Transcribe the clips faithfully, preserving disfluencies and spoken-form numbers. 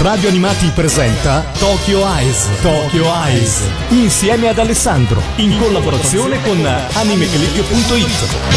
Radio Animati presenta Tokyo Eyes. Tokyo Eyes. Insieme ad Alessandro. In collaborazione con animeclick punto it.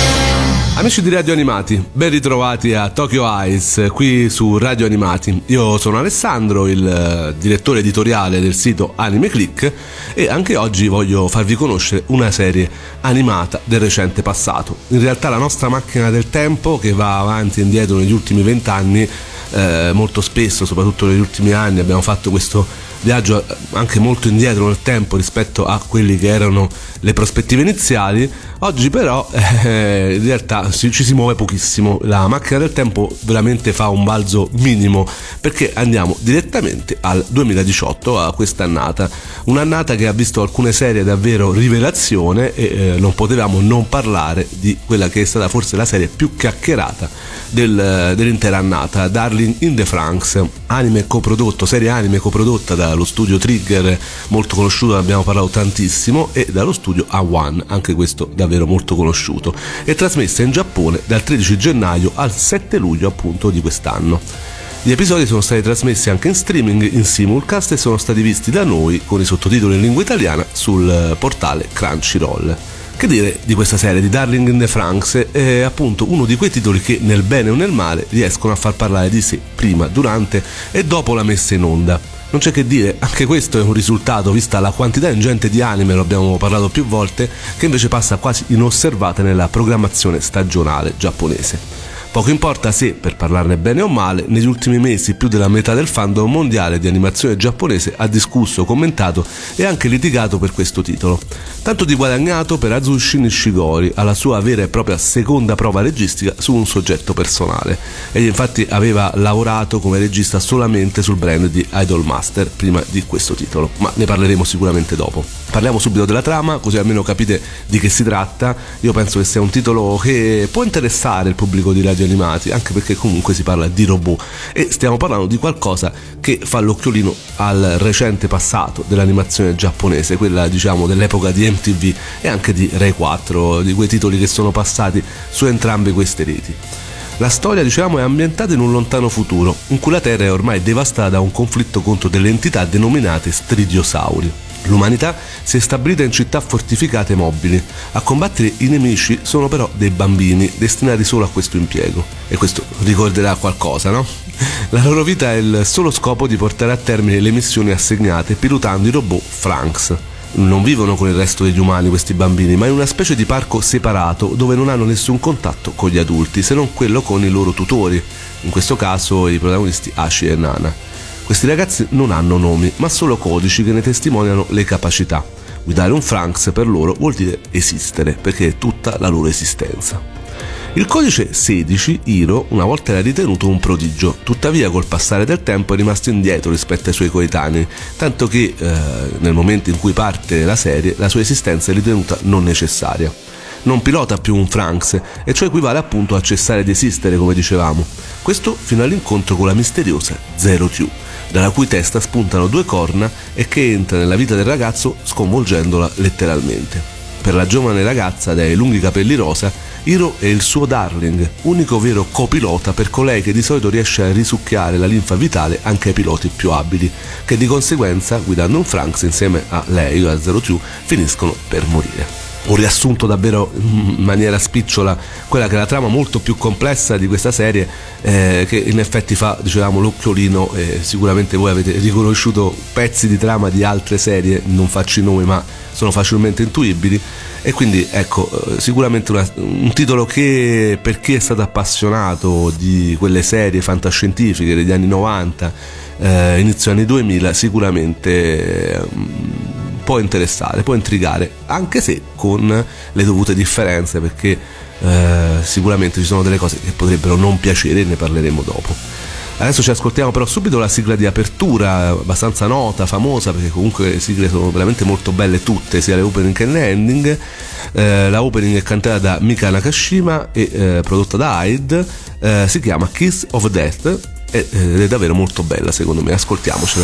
Amici di Radio Animati, ben ritrovati a Tokyo Eyes, qui su Radio Animati. Io sono Alessandro, il direttore editoriale del sito Animeclick, e anche oggi voglio farvi conoscere una serie animata del recente passato. In realtà la nostra macchina del tempo, che va avanti e indietro negli ultimi vent'anni, eh, molto spesso, soprattutto negli ultimi anni, abbiamo fatto questo viaggio anche molto indietro nel tempo rispetto a quelli che erano le prospettive iniziali. Oggi però eh, in realtà ci si muove pochissimo, la macchina del tempo veramente fa un balzo minimo, perché andiamo direttamente al duemiladiciotto, a quest'annata, un'annata che ha visto alcune serie davvero rivelazione, e eh, non potevamo non parlare di quella che è stata forse la serie più chiacchierata del, dell'intera annata, Darling in the Franxx, anime coprodotto, serie anime coprodotta dallo studio Trigger, molto conosciuto, abbiamo parlato tantissimo, e dallo studio A uno, anche questo davvero molto conosciuto, e trasmessa in Giappone dal tredici gennaio al sette luglio appunto di quest'anno. Gli episodi sono stati trasmessi anche in streaming, in simulcast, e sono stati visti da noi con i sottotitoli in lingua italiana sul portale Crunchyroll. Che dire di questa serie, di Darling in the Franxx? È appunto uno di quei titoli che nel bene o nel male riescono a far parlare di sé prima, durante e dopo la messa in onda. Non c'è che dire, anche questo è un risultato vista la quantità ingente di anime, lo abbiamo parlato più volte, che invece passa quasi inosservata nella programmazione stagionale giapponese. Poco importa se, per parlarne bene o male, negli ultimi mesi più della metà del fandom mondiale di animazione giapponese ha discusso, commentato e anche litigato per questo titolo. Tanto di guadagnato per Azushi Nishigori alla sua vera e propria seconda prova registica su un soggetto personale. Egli infatti aveva lavorato come regista solamente sul brand di Idolmaster prima di questo titolo, ma ne parleremo sicuramente dopo. Parliamo subito della trama, così almeno capite di che si tratta. Io penso che sia un titolo che può interessare il pubblico di Radio Animati, anche perché comunque si parla di robot, e stiamo parlando di qualcosa che fa l'occhiolino al recente passato dell'animazione giapponese, quella diciamo dell'epoca di M T V e anche di Rai quattro, di quei titoli che sono passati su entrambe queste reti. La storia, diciamo, è ambientata in un lontano futuro, in cui la Terra è ormai devastata da un conflitto contro delle entità denominate stridiosauri. L'umanità si è stabilita in città fortificate mobili. A combattere i nemici sono però dei bambini destinati solo a questo impiego. E questo ricorderà qualcosa, no? La loro vita ha il solo scopo di portare a termine le missioni assegnate pilotando i robot Franxx. Non vivono con il resto degli umani questi bambini, ma in una specie di parco separato dove non hanno nessun contatto con gli adulti, se non quello con i loro tutori, in questo caso i protagonisti Ashi e Nana. Questi ragazzi non hanno nomi, ma solo codici che ne testimoniano le capacità. Guidare un Franxx per loro vuol dire esistere, perché è tutta la loro esistenza. Il codice sedici, Hiro, una volta era ritenuto un prodigio, tuttavia col passare del tempo è rimasto indietro rispetto ai suoi coetanei, tanto che eh, nel momento in cui parte la serie la sua esistenza è ritenuta non necessaria. Non pilota più un Franxx, e ciò equivale appunto a cessare di esistere, come dicevamo. Questo fino all'incontro con la misteriosa Zero Two, dalla cui testa spuntano due corna e che entra nella vita del ragazzo sconvolgendola letteralmente. Per la giovane ragazza dai lunghi capelli rosa, Hiro è il suo darling, unico vero copilota per colei che di solito riesce a risucchiare la linfa vitale anche ai piloti più abili, che di conseguenza, guidando un Franxx insieme a lei, a Zero Two, finiscono per morire. Un riassunto davvero in maniera spicciola quella che è la trama molto più complessa di questa serie, eh, che in effetti fa, dicevamo, l'occhiolino, e sicuramente voi avete riconosciuto pezzi di trama di altre serie, non faccio i nomi ma sono facilmente intuibili, e quindi ecco, sicuramente una, un titolo che per chi è stato appassionato di quelle serie fantascientifiche degli anni novanta, eh, inizio anni duemila, sicuramente eh, può interessare, può intrigare, anche se con le dovute differenze, perché eh, sicuramente ci sono delle cose che potrebbero non piacere, e ne parleremo dopo. Adesso ci ascoltiamo però subito la sigla di apertura, abbastanza nota, famosa, perché comunque le sigle sono veramente molto belle tutte, sia le opening che le ending. Eh, la opening è cantata da Mika Nakashima e eh, prodotta da Hyde, eh, si chiama Kiss of Death, ed è davvero molto bella secondo me, ascoltiamocela.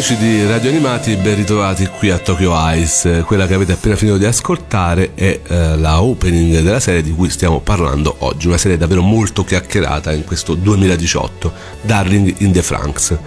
amici di Radio Animati, ben ritrovati qui a Tokyo Eyes. Quella che avete appena finito di ascoltare è eh, la opening della serie di cui stiamo parlando oggi, una serie davvero molto chiacchierata in questo duemiladiciotto, Darling in the Franxx.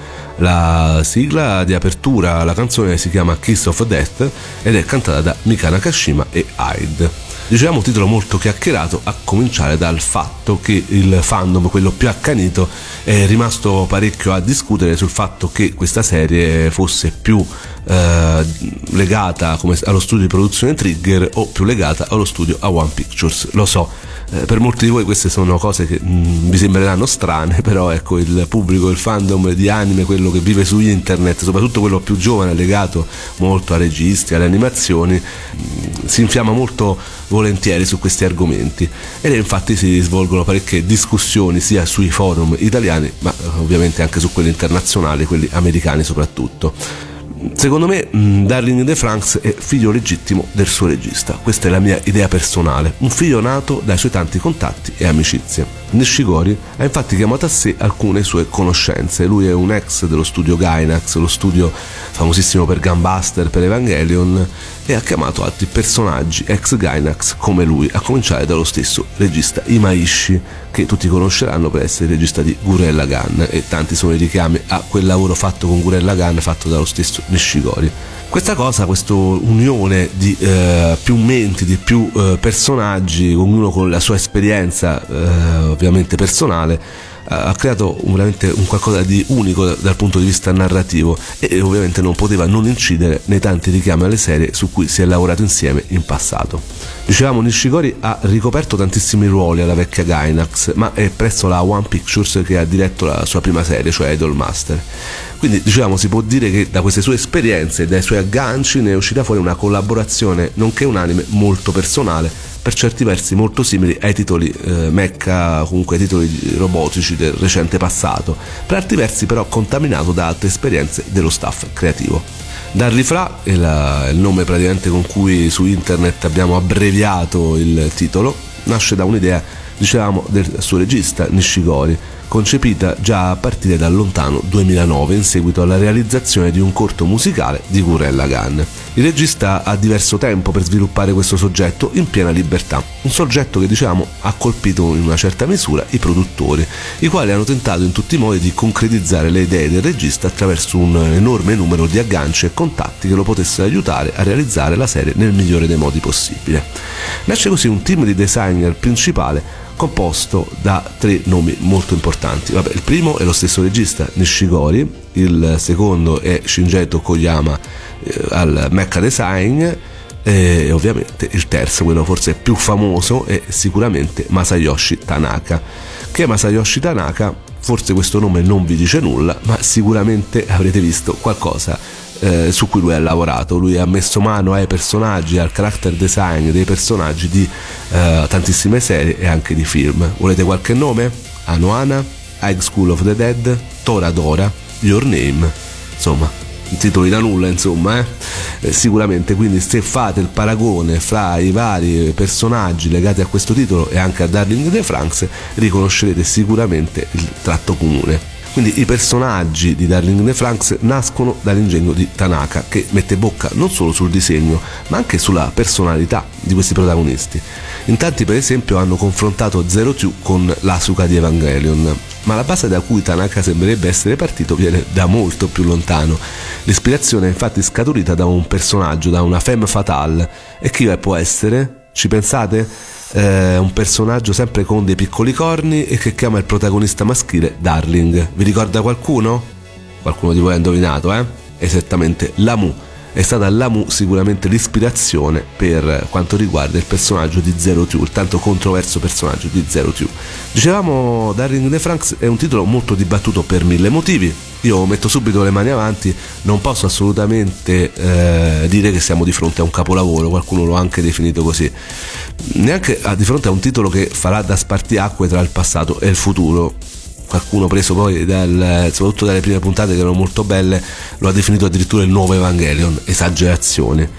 La sigla di apertura, la canzone si chiama Kiss of Death ed è cantata da Mika Nakashima e Hyde. Dicevamo un titolo molto chiacchierato, a cominciare dal fatto che il fandom, quello più accanito, è rimasto parecchio a discutere sul fatto che questa serie fosse più eh, legata come, allo studio di produzione Trigger o più legata allo studio A One Pictures. Lo so, eh, per molti di voi queste sono cose che mh, vi sembreranno strane, però ecco, il pubblico, il fandom di anime, quello che vive su internet, soprattutto quello più giovane, legato molto a registi, alle animazioni, mh, si infiamma molto volentieri su questi argomenti ed infatti si svolgono parecchie discussioni sia sui forum italiani ma ovviamente anche su quelli internazionali, quelli americani soprattutto. Secondo me Darling in the Franxx è figlio legittimo del suo regista, questa è la mia idea personale, un figlio nato dai suoi tanti contatti e amicizie. Nishigori ha infatti chiamato a sé alcune sue conoscenze, lui è un ex dello studio Gainax, lo studio famosissimo per Gunbuster, per Evangelion, e ha chiamato altri personaggi ex Gainax come lui, a cominciare dallo stesso regista Imaishi, che tutti conosceranno per essere il regista di Gurren Lagann, e tanti sono i richiami a quel lavoro fatto con Gurren Lagann fatto dallo stesso Nishigori. Questa cosa, questa unione di eh, più menti, di più eh, personaggi, ognuno con la sua esperienza eh, ovviamente personale, ha creato veramente un qualcosa di unico dal punto di vista narrativo e ovviamente non poteva non incidere nei tanti richiami alle serie su cui si è lavorato insieme in passato. Dicevamo, Nishigori ha ricoperto tantissimi ruoli alla vecchia Gainax, ma è presso la One Pictures che ha diretto la sua prima serie, cioè Idolmaster. Quindi dicevamo, si può dire che da queste sue esperienze e dai suoi agganci ne è uscita fuori una collaborazione nonché un anime molto personale, per certi versi molto simili ai titoli eh, mecha, comunque ai titoli robotici del recente passato, per altri versi però contaminato da altre esperienze dello staff creativo. Darli Fra è la, il nome praticamente con cui su internet abbiamo abbreviato il titolo, nasce da un'idea, dicevamo, del suo regista Nishigori, concepita già a partire dal lontano duemilanove in seguito alla realizzazione di un corto musicale di Gurren Lagann. Il regista ha diverso tempo per sviluppare questo soggetto in piena libertà, un soggetto che diciamo ha colpito in una certa misura i produttori, i quali hanno tentato in tutti i modi di concretizzare le idee del regista attraverso un enorme numero di agganci e contatti che lo potessero aiutare a realizzare la serie nel migliore dei modi possibile. Nasce così un team di designer principale composto da tre nomi molto importanti. Vabbè, il primo è lo stesso regista, Nishigori, il secondo è Shingeto Koyama eh, al mecha design e ovviamente il terzo, quello forse più famoso, è sicuramente Masayoshi Tanaka. Che è Masayoshi Tanaka? Forse questo nome non vi dice nulla, ma sicuramente avrete visto qualcosa Eh, su cui lui ha lavorato. Lui ha messo mano ai personaggi, al character design dei personaggi di eh, tantissime serie e anche di film. Volete qualche nome? Anohana, High School of the Dead, Toradora, Your Name, insomma titoli da nulla, insomma eh? Eh, sicuramente. Quindi se fate il paragone fra i vari personaggi legati a questo titolo e anche a Darling in the Franxx, riconoscerete sicuramente il tratto comune. Quindi i personaggi di Darling in the Franxx nascono dall'ingegno di Tanaka, che mette bocca non solo sul disegno ma anche sulla personalità di questi protagonisti. In tanti per esempio hanno confrontato Zero Two con l'Asuka di Evangelion, ma la base da cui Tanaka sembrerebbe essere partito viene da molto più lontano. L'ispirazione è infatti scaturita da un personaggio, da una femme fatale. E chi può essere? Ci pensate? Eh, un personaggio sempre con dei piccoli corni e che chiama il protagonista maschile Darling. Vi ricorda qualcuno? Qualcuno di voi ha indovinato, eh? Esattamente, Lamu. È stata Lamu sicuramente l'ispirazione per quanto riguarda il personaggio di Zero Two, il tanto controverso personaggio di Zero Two. Dicevamo, Darling in the Franxx è un titolo molto dibattuto per mille motivi. Io metto subito le mani avanti, non posso assolutamente eh, dire che siamo di fronte a un capolavoro, qualcuno lo ha anche definito così, neanche di fronte a un titolo che farà da spartiacque tra il passato e il futuro. Qualcuno, preso poi dal, soprattutto dalle prime puntate che erano molto belle, lo ha definito addirittura il nuovo Evangelion. Esagerazione.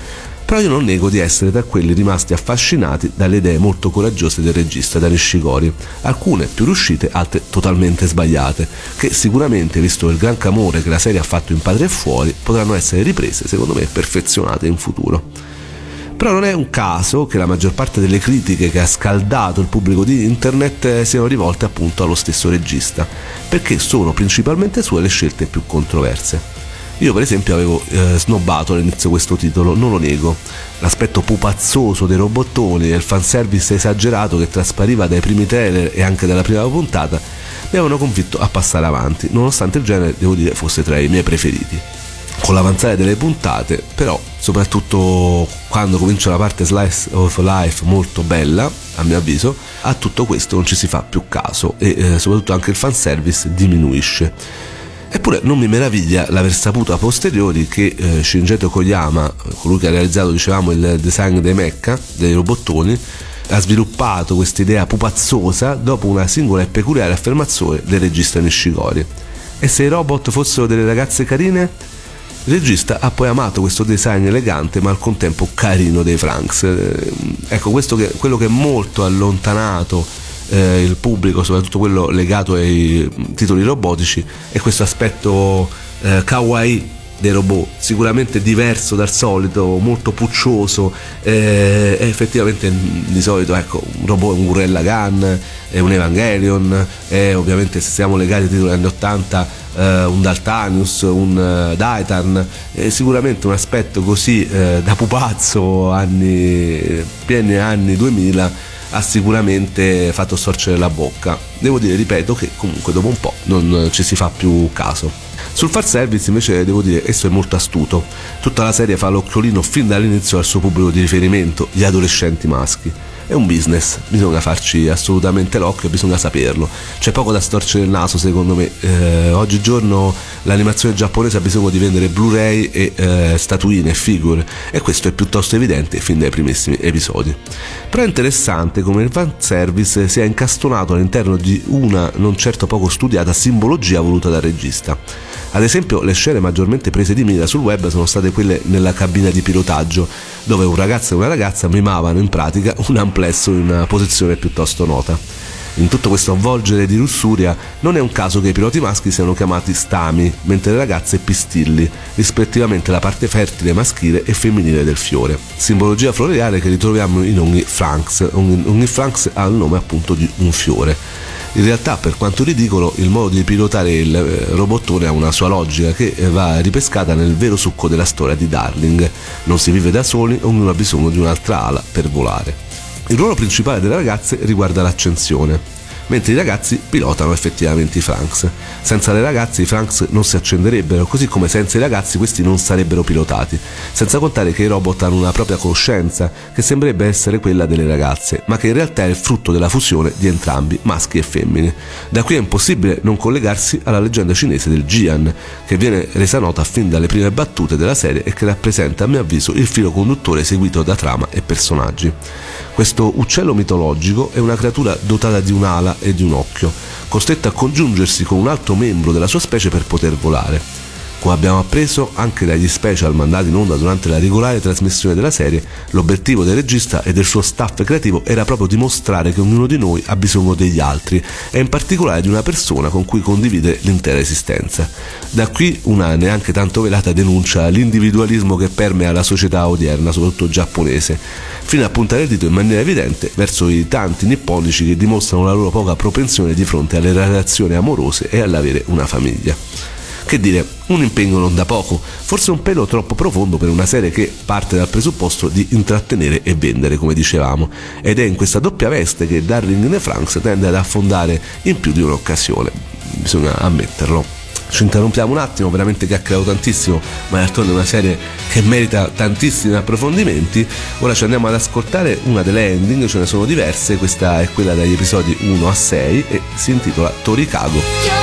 Però io non nego di essere tra quelli rimasti affascinati dalle idee molto coraggiose del regista, da Nishikori, alcune più riuscite, altre totalmente sbagliate, che sicuramente, visto il gran clamore che la serie ha fatto in Padre e Fuori, potranno essere riprese, secondo me, e perfezionate in futuro. Però non è un caso che la maggior parte delle critiche che ha scaldato il pubblico di internet siano rivolte appunto allo stesso regista, perché sono principalmente sue le scelte più controverse. Io per esempio avevo eh, snobbato all'inizio questo titolo, non lo nego. L'aspetto pupazzoso dei robottoni e il fanservice esagerato che traspariva dai primi trailer e anche dalla prima puntata mi avevano convinto a passare avanti, nonostante il genere, devo dire, fosse tra i miei preferiti. Con l'avanzare delle puntate, però, soprattutto quando comincia la parte slice of life molto bella, a mio avviso, a tutto questo non ci si fa più caso e eh, soprattutto anche il fanservice diminuisce. Eppure non mi meraviglia l'aver saputo a posteriori che eh, Shinji Koyama, colui che ha realizzato, dicevamo, il design dei mecha, dei robottoni, ha sviluppato questa idea pupazzosa dopo una singola e peculiare affermazione del regista Nishikori. E se i robot fossero delle ragazze carine? Il regista ha poi amato questo design elegante ma al contempo carino dei Franxx. Eh, ecco, questo che, quello che è molto allontanato Eh, il pubblico, soprattutto quello legato ai titoli robotici, è questo aspetto eh, kawaii dei robot, sicuramente diverso dal solito, molto puccioso, eh, e effettivamente di solito, ecco, un robot è un Gurren Lagann, è un Evangelion, è ovviamente, se siamo legati ai titoli anni ottanta, eh, un Daltanius, un uh, Daitan, è sicuramente un aspetto così eh, da pupazzo anni pieni anni duemila ha sicuramente fatto storcere la bocca. Devo dire, ripeto, che comunque dopo un po' non ci si fa più caso. Sul fanservice invece devo dire esso è molto astuto. Tutta la serie fa l'occhiolino fin dall'inizio al suo pubblico di riferimento, gli adolescenti maschi. È un business, bisogna farci assolutamente l'occhio, bisogna saperlo. C'è poco da storcere il naso, secondo me. Eh, oggigiorno l'animazione giapponese ha bisogno di vendere Blu-ray e eh, statuine e figure, e questo è piuttosto evidente fin dai primissimi episodi. Però è interessante come il fanservice sia incastonato all'interno di una non certo poco studiata simbologia voluta dal regista. Ad esempio, le scene maggiormente prese di mira sul web sono state quelle nella cabina di pilotaggio, dove un ragazzo e una ragazza mimavano in pratica un amplesso in una posizione piuttosto nota. In tutto questo avvolgere di lussuria non è un caso che i piloti maschi siano chiamati stami, mentre le ragazze pistilli, rispettivamente la parte fertile maschile e femminile del fiore. Simbologia floreale che ritroviamo in ogni Franxx, ogni, ogni Franxx ha il nome appunto di un fiore. In realtà, per quanto ridicolo, il modo di pilotare il robottone ha una sua logica che va ripescata nel vero succo della storia di Darling. Non si vive da soli, ognuno ha bisogno di un'altra ala per volare. Il ruolo principale delle ragazze riguarda l'accensione, mentre i ragazzi pilotano effettivamente i Franxx. Senza le ragazze i Franxx non si accenderebbero, così come senza i ragazzi questi non sarebbero pilotati, senza contare che i robot hanno una propria coscienza che sembrerebbe essere quella delle ragazze, ma che in realtà è il frutto della fusione di entrambi, maschi e femmine. Da qui è impossibile non collegarsi alla leggenda cinese del Jian, che viene resa nota fin dalle prime battute della serie e che rappresenta, a mio avviso, il filo conduttore seguito da trama e personaggi. Questo uccello mitologico è una creatura dotata di un'ala e di un occhio, costretto a congiungersi con un altro membro della sua specie per poter volare. Come abbiamo appreso anche dagli special mandati in onda durante la regolare trasmissione della serie, l'obiettivo del regista e del suo staff creativo era proprio dimostrare che ognuno di noi ha bisogno degli altri e in particolare di una persona con cui condividere l'intera esistenza. Da qui una neanche tanto velata denuncia all'individualismo che permea la società odierna, soprattutto giapponese, fino a puntare il dito in maniera evidente verso i tanti nipponici che dimostrano la loro poca propensione di fronte alle relazioni amorose e all'avere una famiglia. Che dire, un impegno non da poco, forse un pelo troppo profondo per una serie che parte dal presupposto di intrattenere e vendere, come dicevamo, ed è in questa doppia veste che Darling in the Franxx tende ad affondare in più di un'occasione, bisogna ammetterlo. Ci interrompiamo un attimo, veramente chiacchierato tantissimo, ma d'altronde è una serie che merita tantissimi approfondimenti. Ora ci andiamo ad ascoltare una delle ending, ce ne sono diverse, questa è quella dagli episodi uno a sei e si intitola Torikago.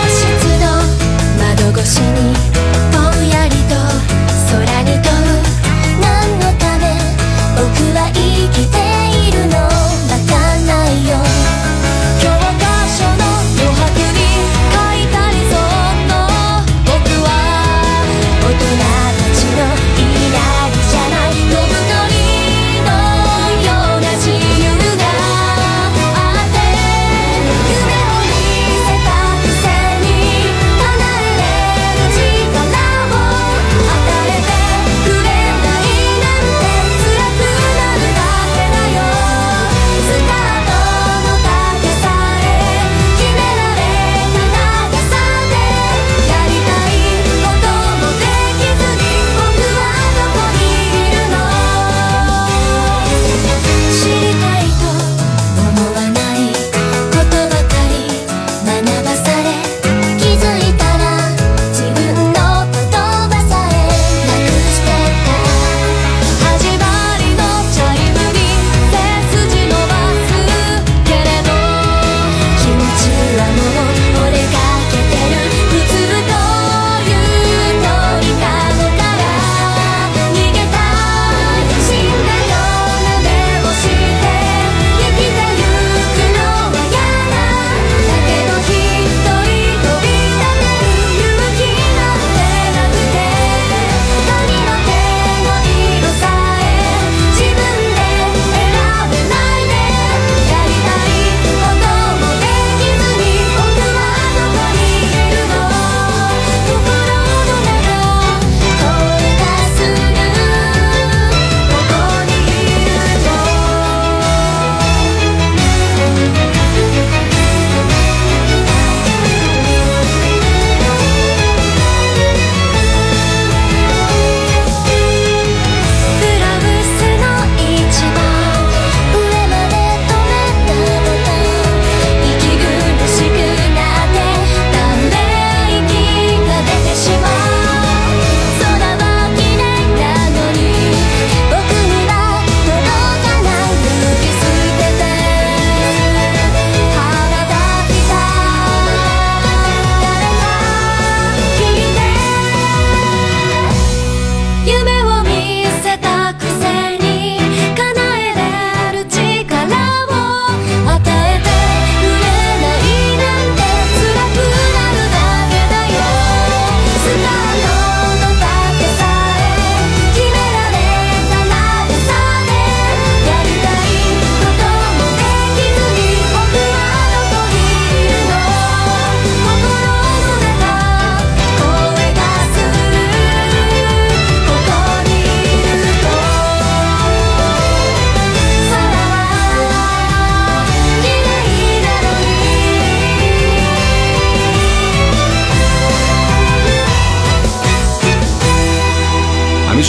窓越しにぼんやりと空に飛ぶ何のため僕は生きているのわかんないよ教科書の余白に書いた理想の僕は大人たちの言いなりじゃない飛ぶのに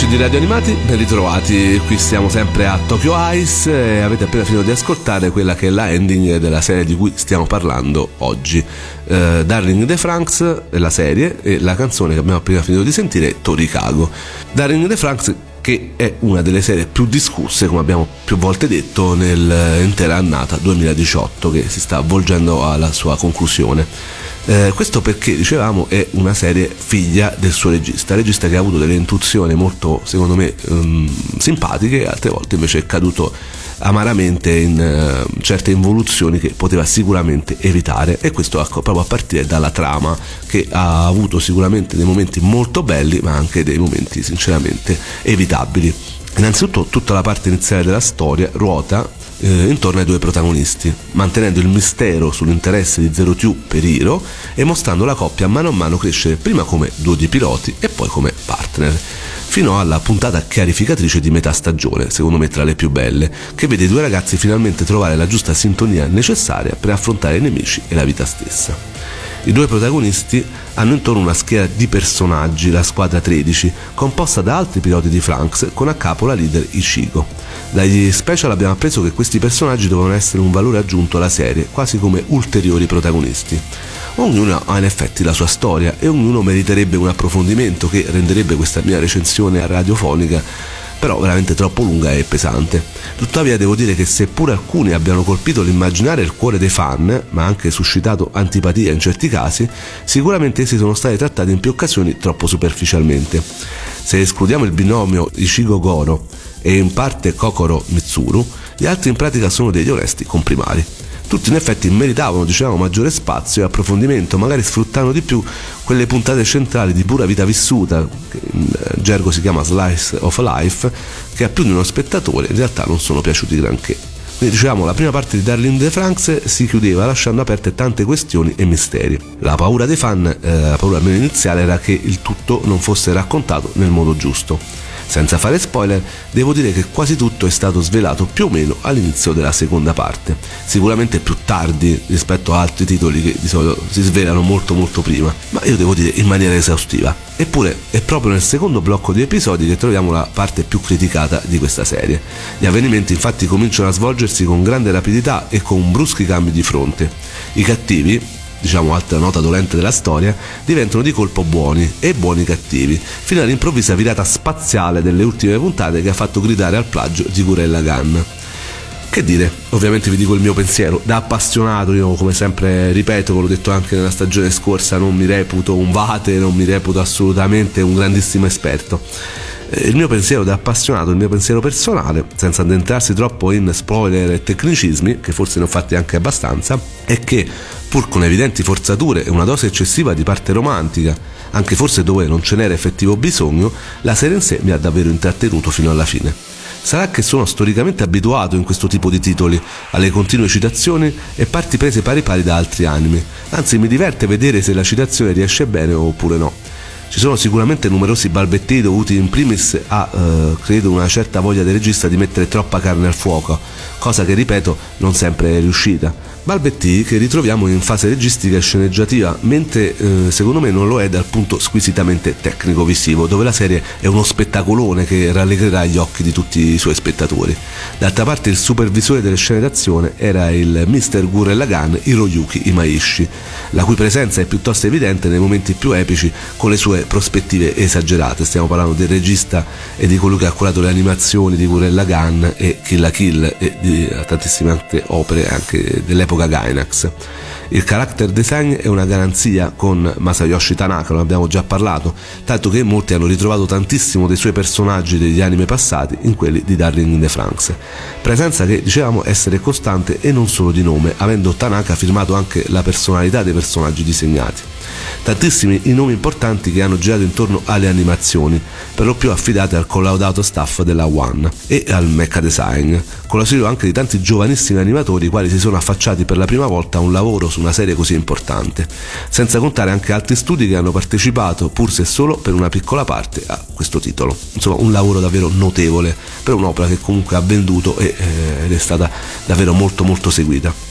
Amici di Radio Animati, ben ritrovati. Qui siamo sempre a Tokyo Ice e avete appena finito di ascoltare quella che è la ending della serie di cui stiamo parlando oggi. uh, Darling in the Franxx è la serie e la canzone che abbiamo appena finito di sentire è Torikago. Darling in the Franxx, che è una delle serie più discusse, come abbiamo più volte detto, nell'intera annata duemiladiciotto che si sta avvolgendo alla sua conclusione. Eh, questo perché, dicevamo, è una serie figlia del suo regista, regista che ha avuto delle intuizioni molto, secondo me, um, simpatiche, e altre volte invece è caduto amaramente in uh, certe involuzioni che poteva sicuramente evitare, e questo proprio a partire dalla trama, che ha avuto sicuramente dei momenti molto belli ma anche dei momenti sinceramente evitabili. Innanzitutto tutta la parte iniziale della storia ruota eh, intorno ai due protagonisti, mantenendo il mistero sull'interesse di Zero Two per Hiro e mostrando la coppia mano a mano crescere, prima come duo di piloti e poi come partner, fino alla puntata chiarificatrice di metà stagione, secondo me tra le più belle, che vede i due ragazzi finalmente trovare la giusta sintonia necessaria per affrontare i nemici e la vita stessa. I due protagonisti hanno intorno una schiera di personaggi, la squadra tredici, composta da altri piloti di Franxx, con a capo la leader Ichigo. Dagli special abbiamo appreso che questi personaggi dovevano essere un valore aggiunto alla serie, quasi come ulteriori protagonisti. Ognuno ha in effetti la sua storia e ognuno meriterebbe un approfondimento che renderebbe questa mia recensione radiofonica però veramente troppo lunga e pesante. Tuttavia devo dire che seppur alcuni abbiano colpito l'immaginario e il cuore dei fan, ma anche suscitato antipatia in certi casi, sicuramente essi sono stati trattati in più occasioni troppo superficialmente. Se escludiamo il binomio Ichigo-Goro e in parte Kokoro-Mitsuru, gli altri in pratica sono degli onesti comprimari. Tutti in effetti meritavano, diciamo, maggiore spazio e approfondimento, magari sfruttando di più quelle puntate centrali di pura vita vissuta, che in gergo si chiama slice of life, che a più di uno spettatore in realtà non sono piaciuti granché. Quindi diciamo, la prima parte di Darling in the Franxx si chiudeva lasciando aperte tante questioni e misteri. La paura dei fan, eh, la paura almeno iniziale, era che il tutto non fosse raccontato nel modo giusto. Senza fare spoiler, devo dire che quasi tutto è stato svelato più o meno all'inizio della seconda parte, sicuramente più tardi rispetto a altri titoli che di solito si svelano molto molto prima, ma io devo dire in maniera esaustiva. Eppure è proprio nel secondo blocco di episodi che troviamo la parte più criticata di questa serie. Gli avvenimenti infatti cominciano a svolgersi con grande rapidità e con bruschi cambi di fronte. I cattivi, diciamo altra nota dolente della storia, diventano di colpo buoni e buoni cattivi, fino all'improvvisa virata spaziale delle ultime puntate che ha fatto gridare al plagio di Gurren Lagann. Che dire, ovviamente vi dico il mio pensiero, da appassionato, io come sempre ripeto, ve l'ho detto anche nella stagione scorsa, non mi reputo un vate, non mi reputo assolutamente un grandissimo esperto. Il mio pensiero da appassionato, il mio pensiero personale, senza addentrarsi troppo in spoiler e tecnicismi, che forse ne ho fatti anche abbastanza, è che, pur con evidenti forzature e una dose eccessiva di parte romantica, anche forse dove non ce n'era effettivo bisogno, la serie in sé mi ha davvero intrattenuto fino alla fine. Sarà che sono storicamente abituato in questo tipo di titoli alle continue citazioni e parti prese pari pari da altri anime, anzi mi diverte vedere se la citazione riesce bene oppure no. Ci sono sicuramente numerosi balbetti dovuti in primis a, eh, credo, una certa voglia del regista di mettere troppa carne al fuoco, cosa che, ripeto, non sempre è riuscita. Balbetti che ritroviamo in fase registica e sceneggiativa, mentre eh, secondo me non lo è dal punto squisitamente tecnico-visivo, dove la serie è uno spettacolone che rallegrerà gli occhi di tutti i suoi spettatori. D'altra parte il supervisore delle scene d'azione era il mister Gurren Lagann Hiroyuki Imaishi, la cui presenza è piuttosto evidente nei momenti più epici con le sue prospettive esagerate. Stiamo parlando del regista e di colui che ha curato le animazioni di Gurren Lagann e Kill la Kill e di tantissime altre opere anche dell'epoca Gainax. Il character design è una garanzia con Masayoshi Tanaka, ne abbiamo già parlato, tanto che molti hanno ritrovato tantissimo dei suoi personaggi degli anime passati in quelli di Darling in the Franxx. Presenza che dicevamo essere costante e non solo di nome, avendo Tanaka firmato anche la personalità dei personaggi disegnati. Tantissimi i nomi importanti che hanno girato intorno alle animazioni, per lo più affidate al collaudato staff della One e al mecha design, con l'ausilio anche di tanti giovanissimi animatori i quali si sono affacciati per la prima volta a un lavoro su una serie così importante, senza contare anche altri studi che hanno partecipato, pur se solo per una piccola parte, a questo titolo. Insomma, un lavoro davvero notevole per un'opera che comunque ha venduto e, eh, ed è stata davvero molto molto seguita.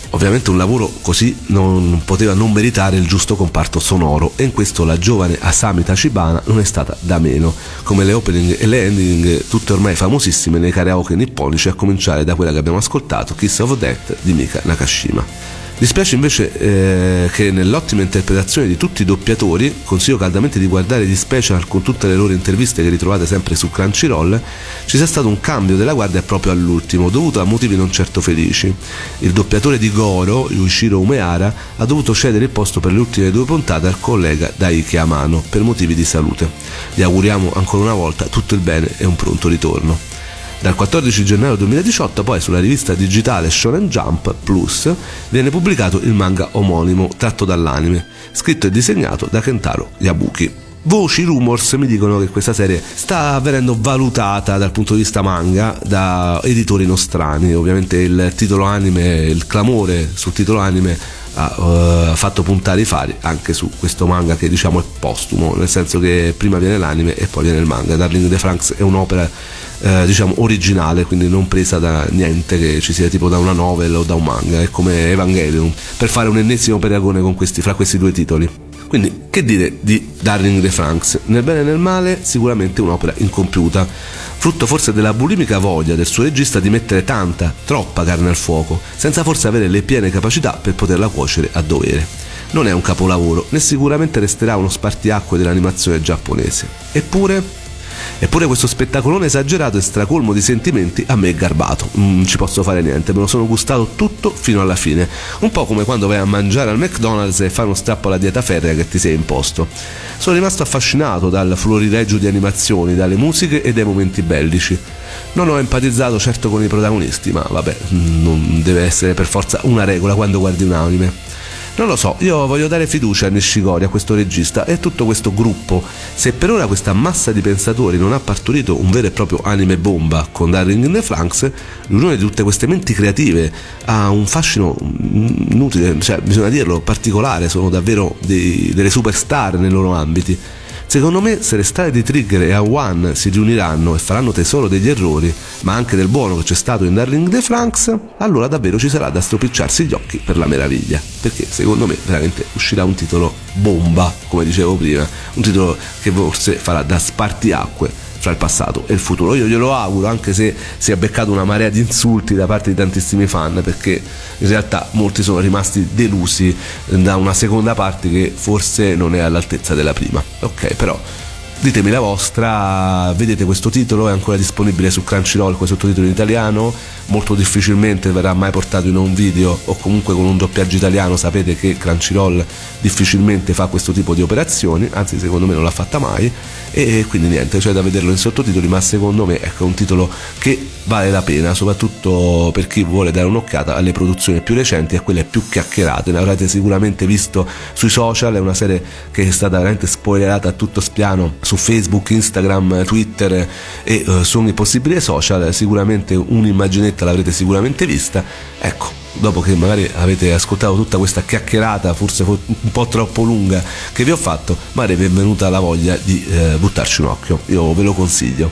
Ovviamente un lavoro così non poteva non meritare il giusto comparto sonoro, e in questo la giovane Asami Tachibana non è stata da meno, come le opening e le ending tutte ormai famosissime nei karaoke nipponici, a cominciare da quella che abbiamo ascoltato, Kiss of Death di Mika Nakashima. Dispiace invece eh, che nell'ottima interpretazione di tutti i doppiatori, consiglio caldamente di guardare gli special con tutte le loro interviste che ritrovate sempre su Crunchyroll, ci sia stato un cambio della guardia proprio all'ultimo, dovuto a motivi non certo felici. Il doppiatore di Goro, Yuichiro Umehara, ha dovuto cedere il posto per le ultime due puntate al collega Daiki Amano per motivi di salute. Gli auguriamo ancora una volta tutto il bene e un pronto ritorno. Dal quattordici gennaio duemiladiciotto poi sulla rivista digitale Shonen Jump Plus viene pubblicato il manga omonimo tratto dall'anime, scritto e disegnato da Kentaro Yabuki. Voci, rumors mi dicono che questa serie sta venendo valutata dal punto di vista manga da editori nostrani. Ovviamente il titolo anime, il clamore sul titolo anime ha uh, fatto puntare i fari anche su questo manga, che diciamo è postumo, nel senso che prima viene l'anime e poi viene il manga. Darling de Franxx è un'opera eh, diciamo originale, quindi non presa da niente che ci sia tipo da una novel o da un manga, è come Evangelion, per fare un ennesimo paragone con questi, fra questi due titoli. Quindi che dire di Darling de Franxx? Nel bene e nel male sicuramente un'opera incompiuta, frutto forse della bulimica voglia del suo regista di mettere tanta, troppa carne al fuoco, senza forse avere le piene capacità per poterla cuocere a dovere. Non è un capolavoro, né sicuramente resterà uno spartiacque dell'animazione giapponese. Eppure... Eppure questo spettacolone esagerato e stracolmo di sentimenti a me è garbato, non ci posso fare niente, me lo sono gustato tutto fino alla fine, un po' come quando vai a mangiare al McDonald's e fai uno strappo alla dieta ferrea che ti sei imposto. Sono rimasto affascinato dal florileggio di animazioni, dalle musiche e dai momenti bellici. Non ho empatizzato certo con i protagonisti, ma vabbè, non deve essere per forza una regola quando guardi un anime. Non lo so, io voglio dare fiducia a Nishikori, a questo regista e a tutto questo gruppo. Se per ora questa massa di pensatori non ha partorito un vero e proprio anime bomba con Darling de Franxx, l'unione di tutte queste menti creative ha un fascino inutile, cioè bisogna dirlo, particolare, sono davvero dei, delle superstar nei loro ambiti. Secondo me, se le strade di Trigger e A-One si riuniranno e faranno tesoro degli errori, ma anche del buono che c'è stato in Darling de Franxx, allora davvero ci sarà da stropicciarsi gli occhi per la meraviglia, perché secondo me veramente uscirà un titolo bomba, come dicevo prima, un titolo che forse farà da spartiacque fra il passato e il futuro. Io glielo auguro, anche se si è beccato una marea di insulti da parte di tantissimi fan, perché in realtà molti sono rimasti delusi da una seconda parte che forse non è all'altezza della prima. Ok, però ditemi la vostra. Vedete, questo titolo è ancora disponibile su Crunchyroll con i sottotitoli in italiano, molto difficilmente verrà mai portato in un video o comunque con un doppiaggio italiano. Sapete che Crunchyroll difficilmente fa questo tipo di operazioni, anzi secondo me non l'ha fatta mai, e quindi niente, c'è da vederlo in sottotitoli, ma secondo me ecco, è un titolo che vale la pena, soprattutto per chi vuole dare un'occhiata alle produzioni più recenti e a quelle più chiacchierate. Ne avrete sicuramente visto sui social, è una serie che è stata veramente spoilerata a tutto spiano su Facebook, Instagram, Twitter e uh, su ogni possibile social. Sicuramente un'immaginetta l'avrete sicuramente vista. Ecco, dopo che magari avete ascoltato tutta questa chiacchierata, forse un po' troppo lunga, che vi ho fatto, magari vi è venuta la voglia di eh, buttarci un occhio. Io ve lo consiglio.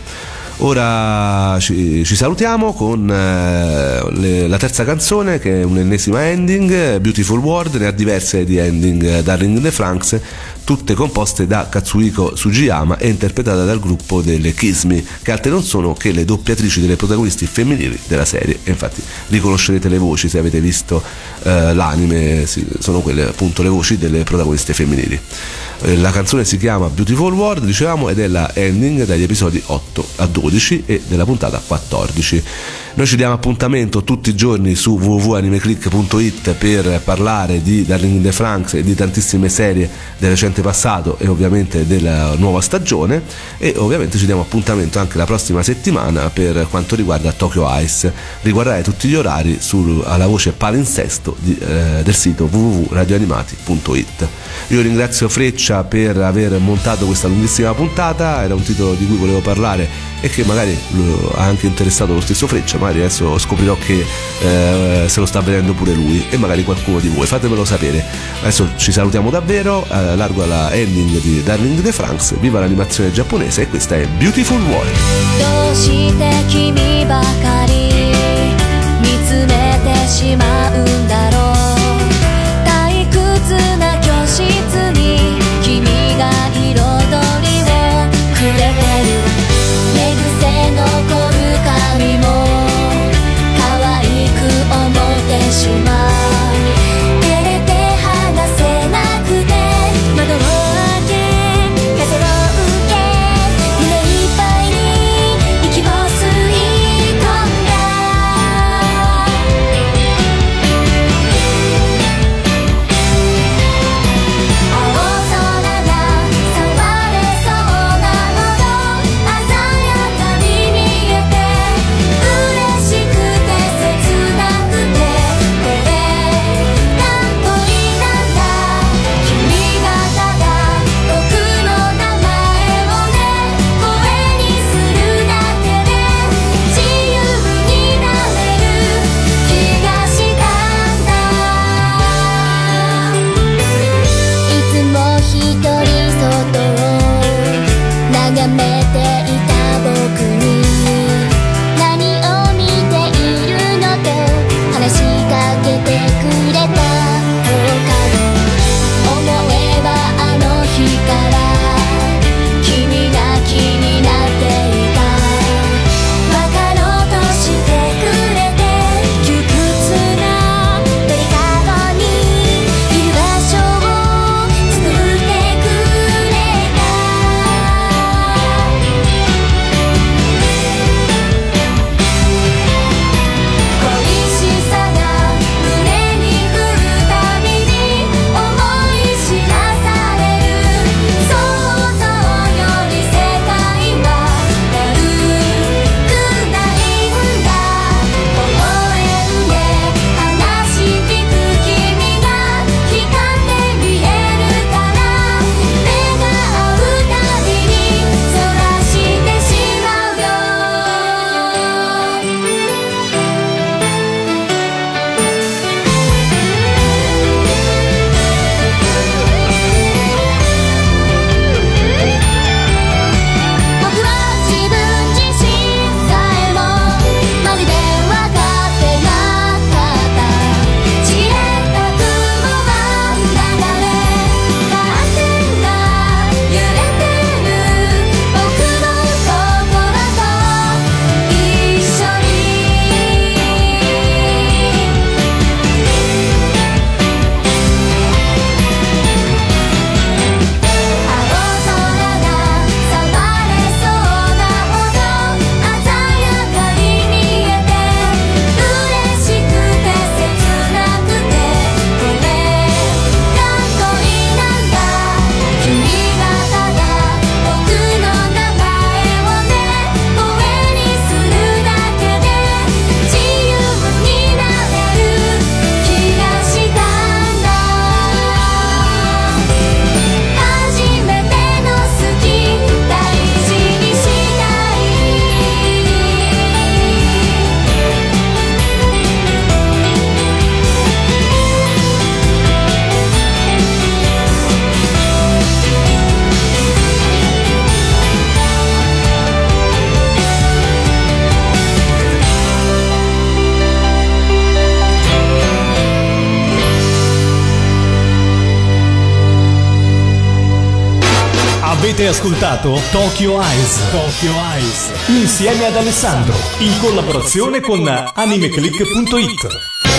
Ora ci, ci salutiamo con eh, le, la terza canzone, che è un'ennesima ending, Beautiful World. Ne ha diverse di ending Darling de Franxx, tutte composte da Katsuhiko Sugiyama e interpretate dal gruppo delle Kiss Me, che altre non sono che le doppiatrici delle protagonisti femminili della serie. E infatti riconoscerete le voci se avete visto eh, l'anime, sì, sono quelle appunto le voci delle protagoniste femminili. Eh, la canzone si chiama Beautiful World, dicevamo, ed è la ending dagli episodi otto a dodici e della puntata quattordici. Noi ci diamo appuntamento tutti i giorni su w w w punto animeclick punto i t per parlare di Darling de Franxx e di tantissime serie del recente passato e ovviamente della nuova stagione, e ovviamente ci diamo appuntamento anche la prossima settimana per quanto riguarda Tokyo Eyes. Riguardate tutti gli orari su, alla voce palinsesto di, eh, del sito w w w punto radio animati punto i t. Io ringrazio Freccia per aver montato questa lunghissima puntata, era un titolo di cui volevo parlare e che magari lo, ha anche interessato lo stesso Freccia. Magari adesso scoprirò che eh, se lo sta vedendo pure lui e magari qualcuno di voi, fatemelo sapere. Adesso ci salutiamo davvero, eh, largo alla ending di Darling de Franxx, viva l'animazione giapponese, e questa è Beautiful World. どうして君ばかり見つめてしまうんだろう Avete ascoltato Tokyo Eyes, Tokyo Eyes, insieme ad Alessandro, in collaborazione con animeclick punto it.